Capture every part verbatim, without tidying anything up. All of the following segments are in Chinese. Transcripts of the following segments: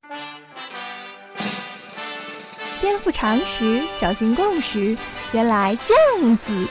颠覆常识，找寻共识，原来这样子。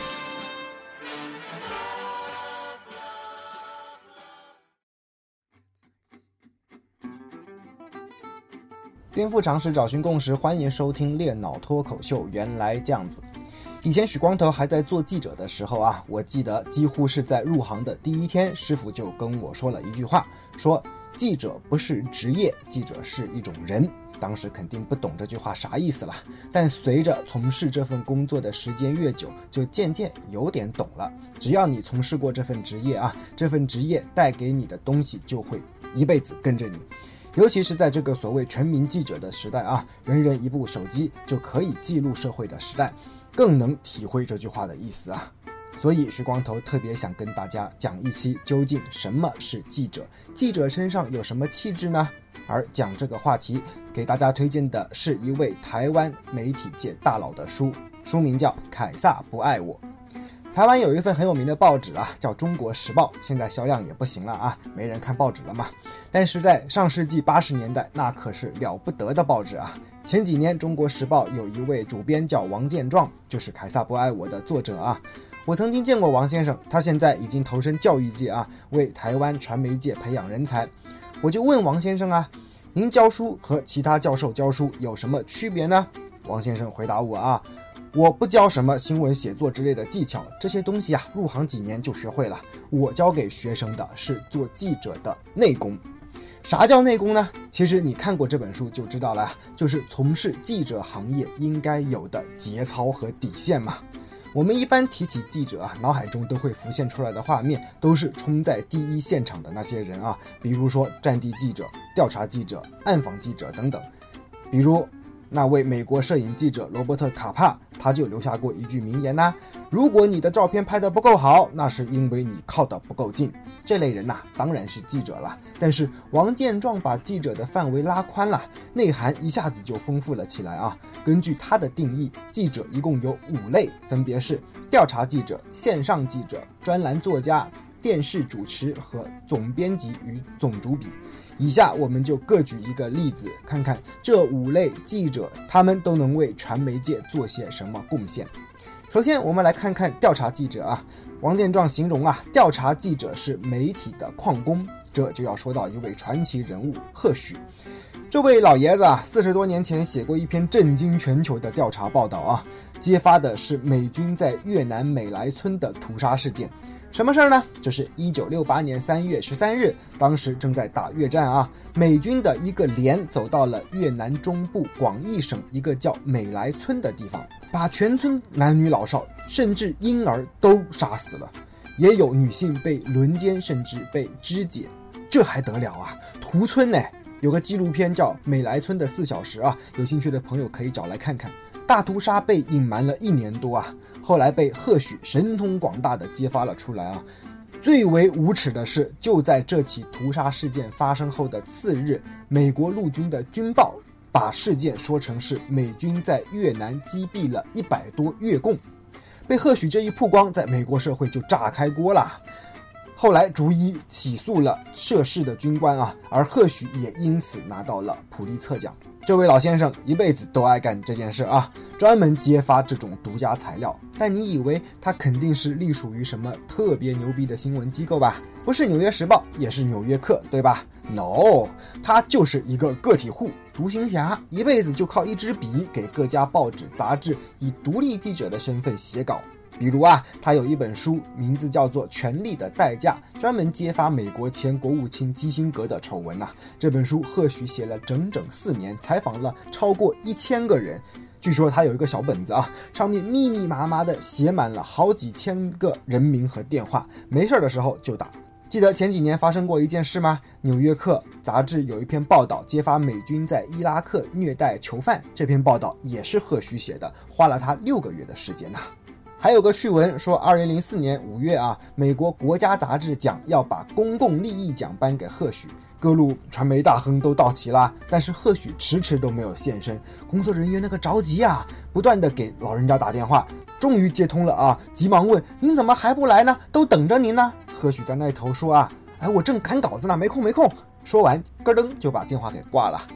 颠覆常识，找寻共识，欢迎收听猎脑脱口秀，原来这样子。以前许光头还在做记者的时候啊，我记得几乎是在入行的第一天，师傅就跟我说了一句话，说记者不是职业，记者是一种人。当时肯定不懂这句话啥意思了，但随着从事这份工作的时间越久，就渐渐有点懂了。只要你从事过这份职业啊，这份职业带给你的东西就会一辈子跟着你。尤其是在这个所谓全民记者的时代啊，人人一部手机就可以记录社会的时代，更能体会这句话的意思啊。所以许光头特别想跟大家讲一期究竟什么是记者，记者身上有什么气质呢？而讲这个话题给大家推荐的是一位台湾媒体界大佬的书，书名叫《凯撒不爱我》。台湾有一份很有名的报纸啊，叫《中国时报》，现在销量也不行了啊，没人看报纸了嘛。但是在上世纪八十年代，那可是了不得的报纸啊。前几年《中国时报》有一位主编叫王建壮，就是《凯撒不爱我》的作者啊。我曾经见过王先生，他现在已经投身教育界啊，为台湾传媒界培养人才。我就问王先生啊，您教书和其他教授教书有什么区别呢？王先生回答我啊，我不教什么新闻写作之类的技巧，这些东西啊，入行几年就学会了。我教给学生的是做记者的内功。啥叫内功呢？其实你看过这本书就知道了，就是从事记者行业应该有的节操和底线嘛。我们一般提起记者啊，脑海中都会浮现出来的画面都是冲在第一现场的那些人啊，比如说战地记者、调查记者、暗访记者等等。比如那位美国摄影记者罗伯特·卡帕，他就留下过一句名言呐、啊：如果你的照片拍得不够好，那是因为你靠得不够近。这类人呐、啊，当然是记者了。但是王建壮把记者的范围拉宽了，内涵一下子就丰富了起来啊。根据他的定义，记者一共有五类，分别是调查记者、线上记者、专栏作家、电视主持和总编辑与总主笔。以下我们就各举一个例子，看看这五类记者他们都能为传媒界做些什么贡献。首先我们来看看调查记者啊，王建壮形容啊，调查记者是媒体的矿工，这就要说到一位传奇人物贺许。这位老爷子啊，四十多年前写过一篇震惊全球的调查报道啊，揭发的是美军在越南美莱村的屠杀事件。什么事儿呢？就是一九六八年三月十三日，当时正在打越战啊，美军的一个连走到了越南中部广义省一个叫美莱村的地方，把全村男女老少甚至婴儿都杀死了，也有女性被轮奸甚至被肢解。这还得了啊，屠村呢！有个纪录片叫《美莱村的四小时》啊，有兴趣的朋友可以找来看看。大屠杀被隐瞒了一年多啊，后来被贺许神通广大的揭发了出来啊。最为无耻的是，就在这起屠杀事件发生后的次日，美国陆军的军报把事件说成是美军在越南击毙了一百多越共。被贺许这一曝光，在美国社会就炸开锅了。后来逐一起诉了涉事的军官啊，而贺许也因此拿到了普利策奖。这位老先生一辈子都爱干这件事啊，专门揭发这种独家材料。但你以为他肯定是隶属于什么特别牛逼的新闻机构吧？不是纽约时报，也是纽约客，对吧？ No， 他就是一个个体户，独行侠，一辈子就靠一支笔给各家报纸杂志以独立记者的身份写稿。比如啊，他有一本书，名字叫做《权力的代价》，专门揭发美国前国务卿基辛格的丑闻呐、啊。这本书贺许写了整整四年，采访了超过一千个人。据说他有一个小本子啊，上面密密麻麻的写满了好几千个人名和电话，没事的时候就打。记得前几年发生过一件事吗？纽约客杂志有一篇报道揭发美军在伊拉克虐待囚犯，这篇报道也是贺许写的，花了他六个月的时间呐、啊。还有个趣闻说，二零零四年五月啊，美国国家杂志奖要把公共利益奖颁给贺许，各路传媒大亨都到齐了，但是贺许迟迟都没有现身，工作人员那个着急啊，不断的给老人家打电话，终于接通了啊，急忙问您怎么还不来呢？都等着您呢。贺许在那头说啊，哎，我正赶稿子呢，没空没空。说完咯噔就把电话给挂了。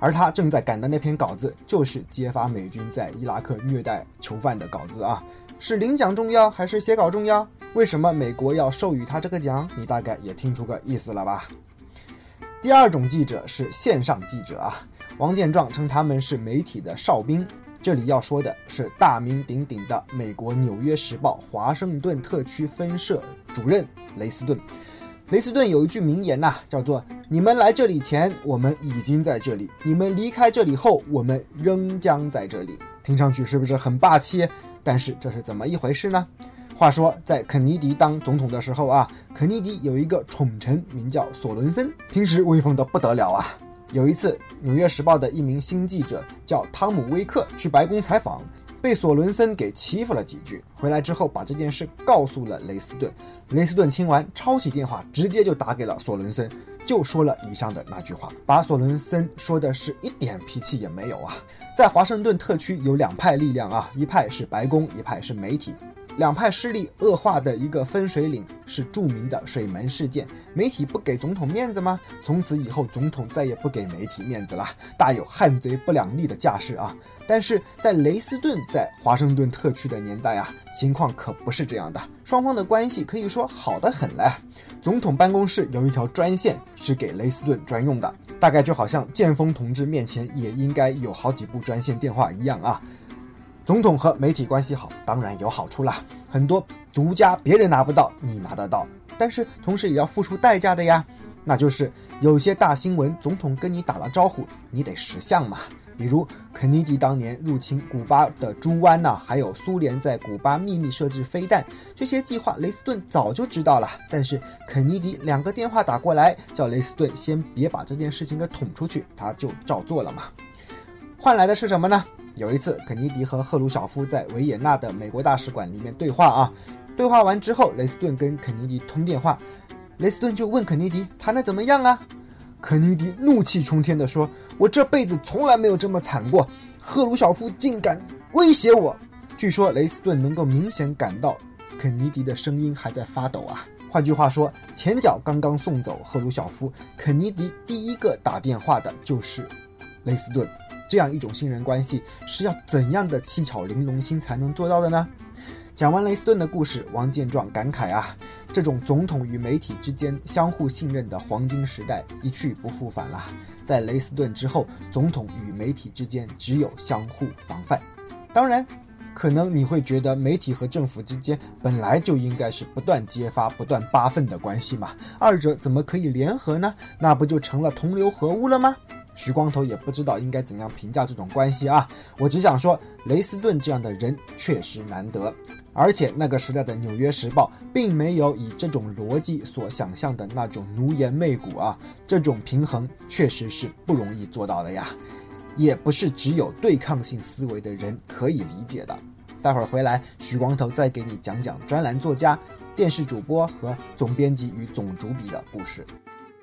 而他正在赶的那篇稿子就是揭发美军在伊拉克虐待囚犯的稿子啊。是领奖重要还是写稿重要？为什么美国要授予他这个奖？你大概也听出个意思了吧。第二种记者是线上记者啊，王建壮称他们是媒体的哨兵。这里要说的是大名鼎鼎的美国《纽约时报》华盛顿特区分社主任雷斯顿。雷斯顿有一句名言呐、啊，叫做你们来这里前我们已经在这里，你们离开这里后我们仍将在这里。听上去是不是很霸气？但是这是怎么一回事呢？话说在肯尼迪当总统的时候啊，肯尼迪有一个宠臣名叫索伦森，平时威风的不得了啊。有一次纽约时报的一名新记者叫汤姆威克去白宫采访，被索伦森给欺负了几句，回来之后把这件事告诉了雷斯顿。雷斯顿听完抄起电话直接就打给了索伦森，就说了以上的那句话，把索伦森说的是一点脾气也没有啊。在华盛顿特区有两派力量啊，一派是白宫，一派是媒体。两派势力恶化的一个分水岭是著名的水门事件。媒体不给总统面子吗？从此以后总统再也不给媒体面子了，大有汉贼不两立的架势啊。但是在雷斯顿在华盛顿特区的年代啊，情况可不是这样的，双方的关系可以说好得很嘞。总统办公室有一条专线是给雷斯顿专用的，大概就好像剑锋同志面前也应该有好几部专线电话一样啊。总统和媒体关系好当然有好处啦，很多独家别人拿不到你拿得到，但是同时也要付出代价的呀，那就是有些大新闻总统跟你打了招呼你得识相嘛。比如肯尼迪当年入侵古巴的猪湾呐、啊，还有苏联在古巴秘密设置飞弹，这些计划雷斯顿早就知道了，但是肯尼迪两个电话打过来叫雷斯顿先别把这件事情给捅出去，他就照做了嘛。换来的是什么呢？有一次肯尼迪和赫鲁晓夫在维也纳的美国大使馆里面对话啊，对话完之后雷斯顿跟肯尼迪通电话，雷斯顿就问肯尼迪谈得怎么样啊？肯尼迪怒气冲天地说，我这辈子从来没有这么惨过，赫鲁晓夫竟敢威胁我。据说雷斯顿能够明显感到肯尼迪的声音还在发抖啊。换句话说，前脚刚刚送走赫鲁晓夫，肯尼迪第一个打电话的就是雷斯顿。这样一种信任关系是要怎样的七巧玲珑心才能做到的呢？讲完雷斯顿的故事，王建壮感慨啊，这种总统与媒体之间相互信任的黄金时代一去不复返了。在雷斯顿之后，总统与媒体之间只有相互防范。当然可能你会觉得媒体和政府之间本来就应该是不断揭发不断扒粪的关系嘛，二者怎么可以联合呢？那不就成了同流合污了吗？徐光头也不知道应该怎样评价这种关系啊，我只想说雷斯顿这样的人确实难得，而且那个时代的纽约时报并没有以这种逻辑所想象的那种奴颜媚骨啊，这种平衡确实是不容易做到的呀，也不是只有对抗性思维的人可以理解的。待会儿回来徐光头再给你讲讲专栏作家、电视主播和总编辑与总主笔的故事。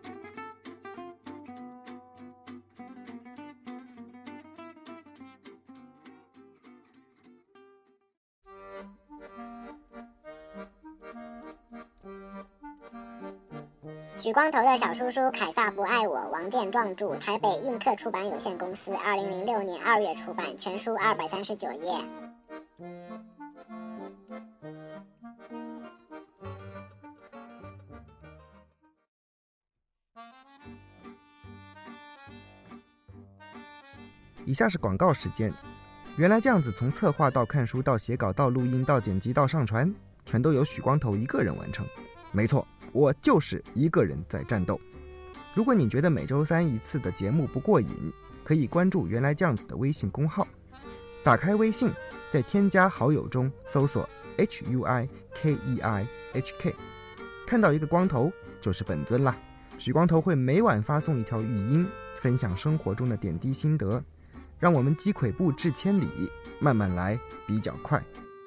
许光头的小叔叔凯撒不爱我，王建壮著，台北映客出版有限公司，二零零六年二月出版，全书二百三十九页。 以下是广告时间。原来这样子，从策划到看书到写稿到录音到剪辑到上传，全都由许光头一个人完成。没错，我就是一个人在战斗。如果你觉得每周三一次的节目不过瘾，可以关注原来这样子的微信公号。打开微信，在添加好友中搜索 H U I K E I H K， 看到一个光头就是本尊啦。许光头会每晚发送一条语音，分享生活中的点滴心得，让我们积跬步至千里，慢慢来比较快。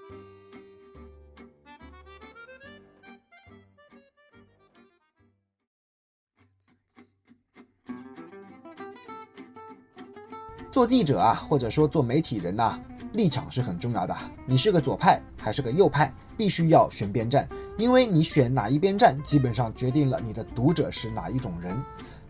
做记者啊，或者说做媒体人啊，立场是很重要的。你是个左派还是个右派，必须要选边站，因为你选哪一边站，基本上决定了你的读者是哪一种人。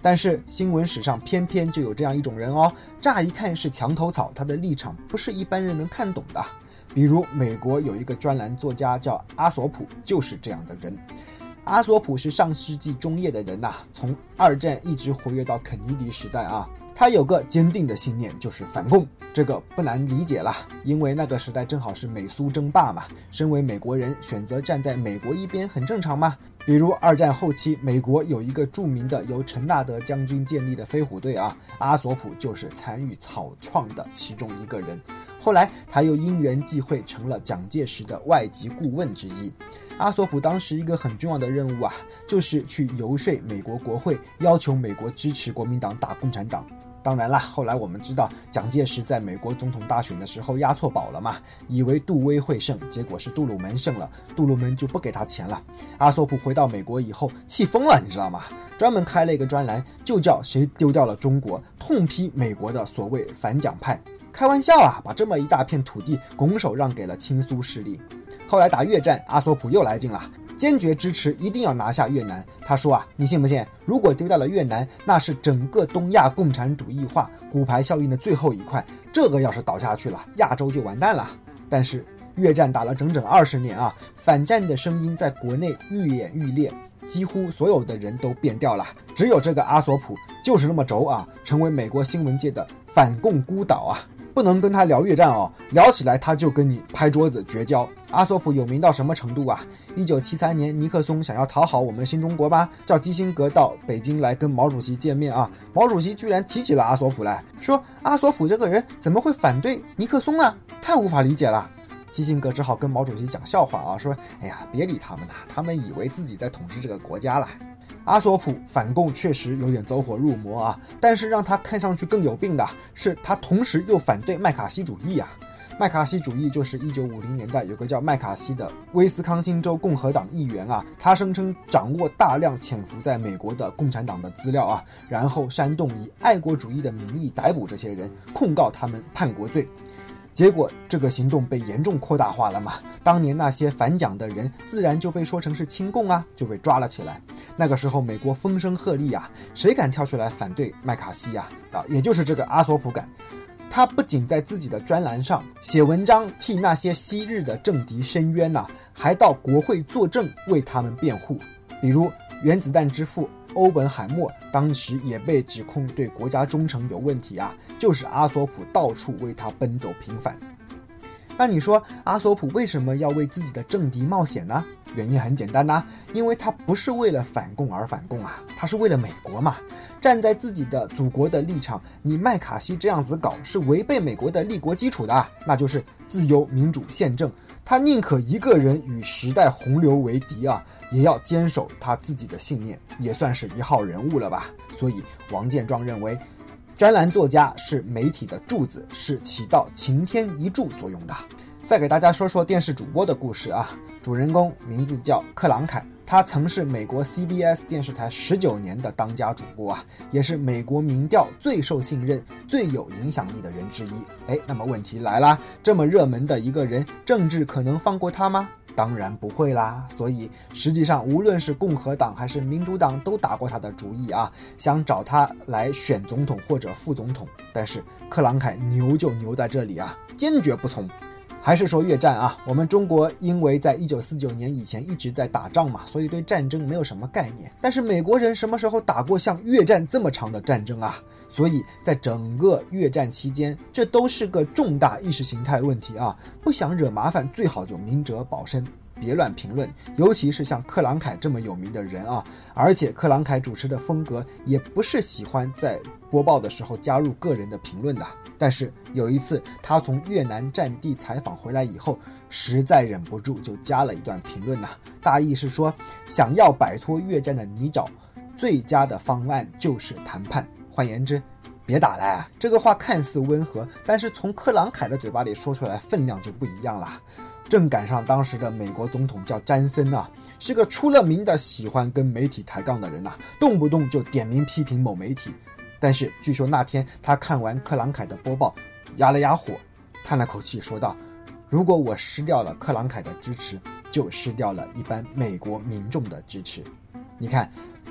但是新闻史上偏偏就有这样一种人哦，乍一看是墙头草，他的立场不是一般人能看懂的。比如美国有一个专栏作家叫阿索普，就是这样的人。阿索普是上世纪中叶的人呐、啊，从二战一直活跃到肯尼迪时代啊。他有个坚定的信念，就是反共，这个不难理解了，因为那个时代正好是美苏争霸嘛，身为美国人选择站在美国一边很正常嘛。比如二战后期，美国有一个著名的由陈纳德将军建立的飞虎队啊，阿索普就是参与草创的其中一个人。后来他又因缘际会成了蒋介石的外籍顾问之一。阿索普当时一个很重要的任务啊，就是去游说美国国会，要求美国支持国民党打共产党。当然啦，后来我们知道蒋介石在美国总统大选的时候押错宝了嘛，以为杜威会胜，结果是杜鲁门胜了，杜鲁门就不给他钱了。阿索普回到美国以后气疯了，你知道吗？专门开了一个专栏，就叫谁丢掉了中国，痛批美国的所谓反蒋派。开玩笑啊，把这么一大片土地拱手让给了亲苏势力。后来打越战，阿索普又来劲了，坚决支持一定要拿下越南。他说啊，你信不信，如果丢掉了越南，那是整个东亚共产主义化骨牌效应的最后一块，这个要是倒下去了，亚洲就完蛋了。但是越战打了整整二十年啊，反战的声音在国内愈演愈烈，几乎所有的人都变掉了，只有这个阿索普就是那么轴啊，成为美国新闻界的反共孤岛啊。不能跟他聊越战哦，聊起来他就跟你拍桌子绝交。阿索普有名到什么程度啊？一九七三年尼克松想要讨好我们新中国吧，叫基辛格到北京来跟毛主席见面啊。毛主席居然提起了阿索普来，说阿索普这个人怎么会反对尼克松呢？太无法理解了。基辛格只好跟毛主席讲笑话啊，说哎呀，别理他们了，他们以为自己在统治这个国家了。阿索普反共确实有点走火入魔啊，但是让他看上去更有病的是，他同时又反对麦卡锡主义啊。麦卡锡主义就是一九五零年代有个叫麦卡锡的威斯康星州共和党议员啊，他声称掌握大量潜伏在美国的共产党的资料啊，然后煽动以爱国主义的名义逮捕这些人，控告他们叛国罪。结果这个行动被严重扩大化了嘛，当年那些反蒋的人自然就被说成是亲共啊，就被抓了起来。那个时候美国风声鹤唳啊，谁敢跳出来反对麦卡锡啊？啊，也就是这个阿索普敢。他不仅在自己的专栏上写文章替那些昔日的政敌申冤呐、啊，还到国会作证为他们辩护。比如原子弹之父欧本海默当时也被指控对国家忠诚有问题啊，就是阿索普到处为他奔走平反。那你说阿索普为什么要为自己的政敌冒险呢？原因很简单呐、啊，因为他不是为了反共而反共啊，他是为了美国嘛。站在自己的祖国的立场，你麦卡锡这样子搞是违背美国的立国基础的，那就是自由民主宪政。他宁可一个人与时代洪流为敌啊，也要坚守他自己的信念，也算是一号人物了吧。所以王建壮认为，专栏作家是媒体的柱子，是起到擎天一柱作用的。再给大家说说电视主播的故事啊，主人公名字叫克朗凯，他曾是美国 C B S 电视台十九年的当家主播啊，也是美国民调最受信任、最有影响力的人之一。哎，那么问题来啦，这么热门的一个人，政治可能放过他吗？当然不会啦，所以实际上无论是共和党还是民主党都打过他的主意啊，想找他来选总统或者副总统，但是克朗凯牛就牛在这里啊，坚决不从。还是说越战啊，我们中国因为在一九四九年以前一直在打仗嘛，所以对战争没有什么概念。但是美国人什么时候打过像越战这么长的战争啊？所以在整个越战期间，这都是个重大意识形态问题啊！不想惹麻烦，最好就明哲保身，别乱评论。尤其是像克朗凯这么有名的人啊，而且克朗凯主持的风格也不是喜欢在播报的时候加入个人的评论的。但是有一次他从越南战地采访回来以后，实在忍不住就加了一段评论呐、啊，大意是说，想要摆脱越战的泥沼，最佳的方案就是谈判。换言之，别打了啊！这个话看似温和，但是从克朗凯的嘴巴里说出来分量就不一样了。正赶上当时的美国总统叫詹森啊，是个出了名的喜欢跟媒体抬杠的人呐、啊，动不动就点名批评某媒体。但是据说那天他看完克朗凯的播报，压了压火，叹了口气说道，如果我失掉了克朗凯的支持，就失掉了一般美国民众的支持。你看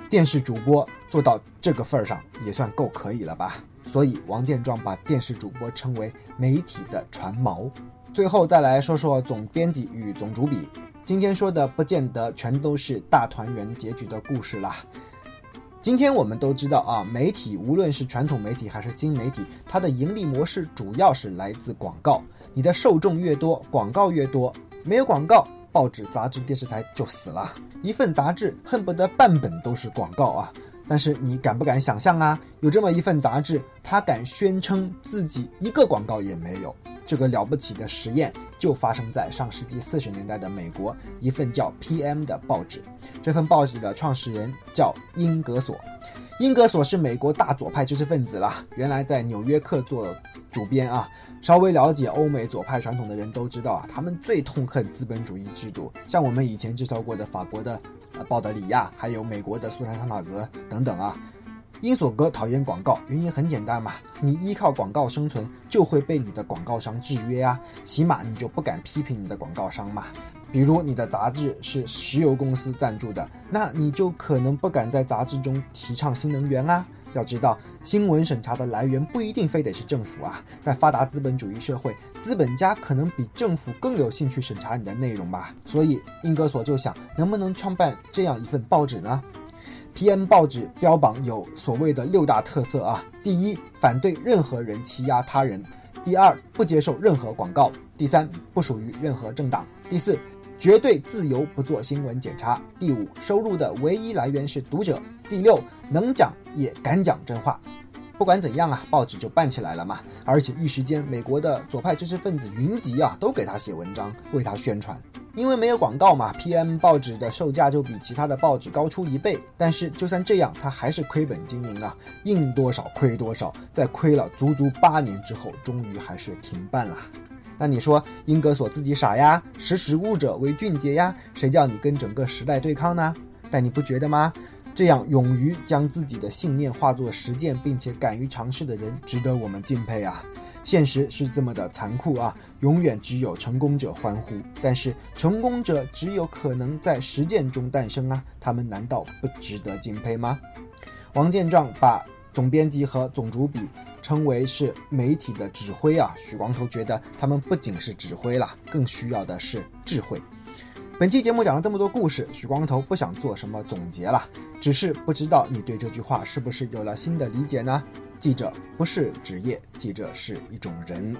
电视主播做到这个份上也算够可以了吧。所以王建壮把电视主播称为媒体的船锚。最后再来说说总编辑与总主笔，今天说的不见得全都是大团圆结局的故事啦。今天我们都知道啊，媒体无论是传统媒体还是新媒体，它的盈利模式主要是来自广告。你的受众越多，广告越多，没有广告，报纸、杂志、电视台就死了。一份杂志恨不得半本都是广告啊！但是你敢不敢想象啊？有这么一份杂志，它敢宣称自己一个广告也没有。这个了不起的实验就发生在上世纪四十年代的美国，一份叫 P M 的报纸。这份报纸的创始人叫英格索。英格索是美国大左派知识分子啦，原来在纽约客做主编啊。稍微了解欧美左派传统的人都知道啊，他们最痛恨资本主义制度，像我们以前介绍过的法国的、呃、鲍德里亚，还有美国的苏珊·桑塔格等等啊。英索格讨厌广告，原因很简单嘛，你依靠广告生存，就会被你的广告商制约啊，起码你就不敢批评你的广告商嘛。比如你的杂志是石油公司赞助的，那你就可能不敢在杂志中提倡新能源啊。要知道，新闻审查的来源不一定非得是政府啊，在发达资本主义社会，资本家可能比政府更有兴趣审查你的内容吧。所以英格索就想，能不能创办这样一份报纸呢？P M 报纸标榜有所谓的六大特色啊：第一，反对任何人欺压他人；第二，不接受任何广告；第三，不属于任何政党；第四，绝对自由，不做新闻检查；第五，收入的唯一来源是读者；第六，能讲也敢讲真话。不管怎样啊，报纸就办起来了嘛，而且一时间美国的左派知识分子云集啊，都给他写文章，为他宣传。因为没有广告嘛， P M 报纸的售价就比其他的报纸高出一倍，但是就算这样，他还是亏本经营啊，印多少亏多少，在亏了足足八年之后，终于还是停办了。那你说英格索自己傻呀，识时务者为俊杰呀，谁叫你跟整个时代对抗呢？但你不觉得吗？这样勇于将自己的信念化作实践，并且敢于尝试的人，值得我们敬佩啊。现实是这么的残酷啊，永远只有成功者欢呼，但是成功者只有可能在实践中诞生啊，他们难道不值得敬佩吗？王建壮把总编辑和总主笔称为是媒体的指挥啊，许光头觉得他们不仅是指挥啦，更需要的是智慧。本期节目讲了这么多故事，许光头不想做什么总结了，只是不知道你对这句话是不是有了新的理解呢？记者不是职业，记者是一种人。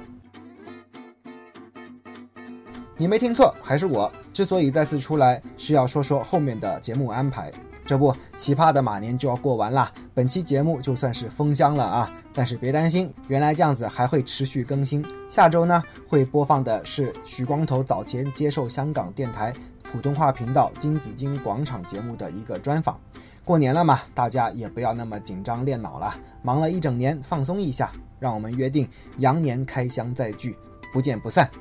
你没听错，还是我。之所以再次出来，是要说说后面的节目安排。这不，奇葩的马年就要过完了，本期节目就算是封箱了啊！但是别担心，原来这样子还会持续更新。下周呢，会播放的是许光头早前接受香港电台普通话频道金紫荆广场节目的一个专访。过年了嘛，大家也不要那么紧张练脑了，忙了一整年，放松一下。让我们约定羊年开箱再聚，不见不散。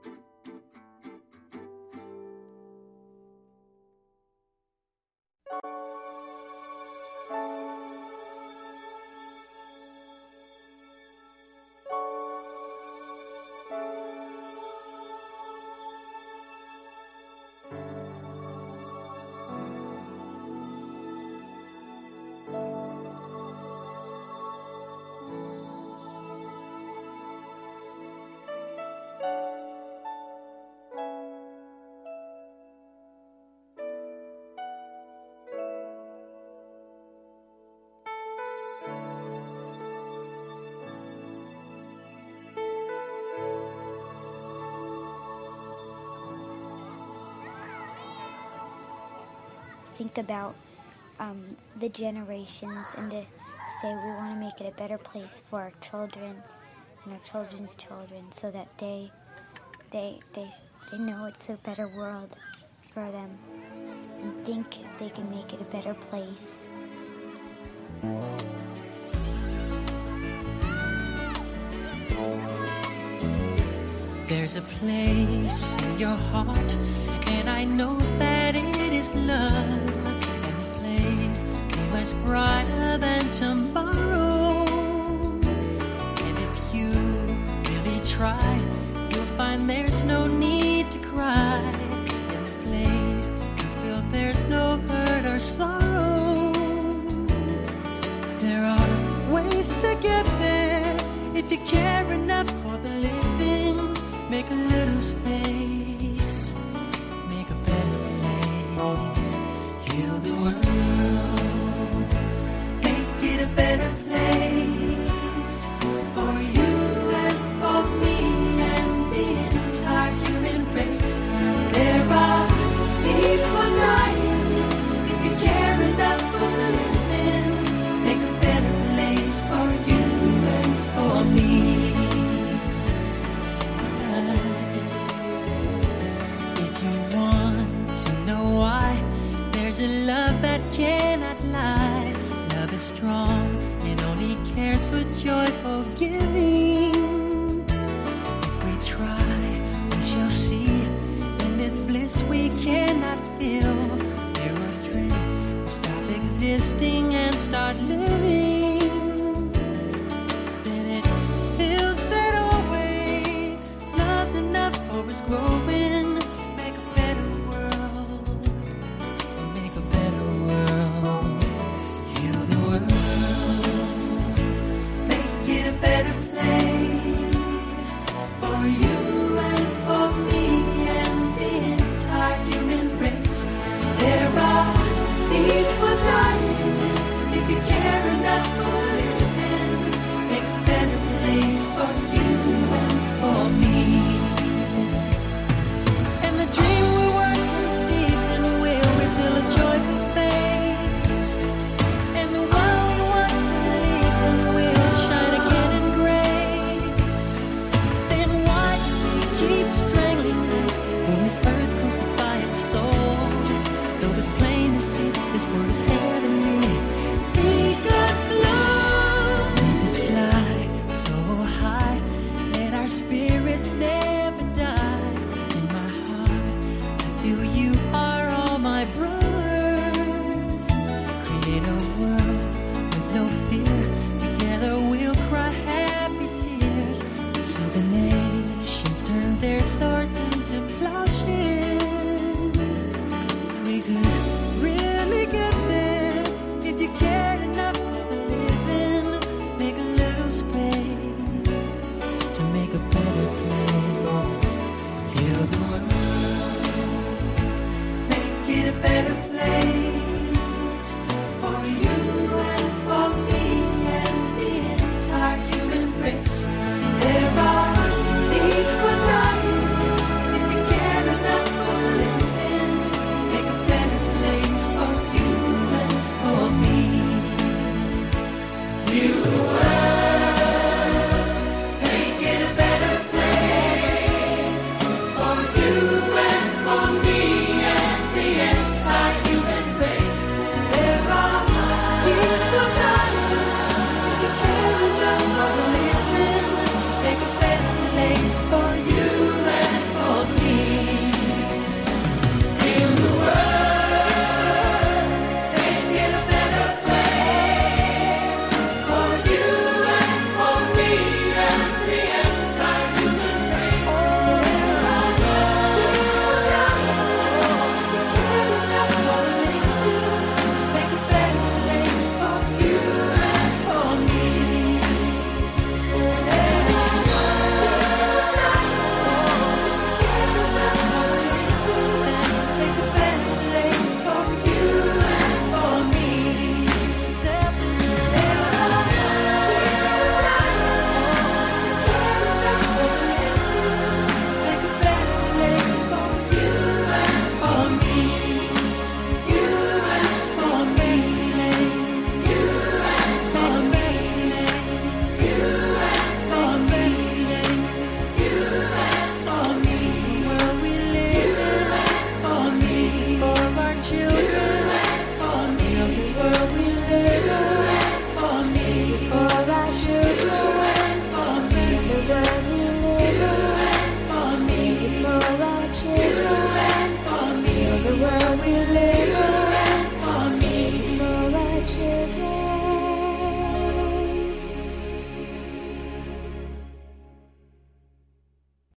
Think about um, the generations and to say we want to make it a better place for our children and our children's children, so that they they they they know it's a better world for them, and think if they can make it a better place. There's a place in your heart, and I know that it is love. And this place is much brighter than tomorrow. And if you really try, you'll find there's no need to cry. In this place, you feel there's no hurt or sorrow. giving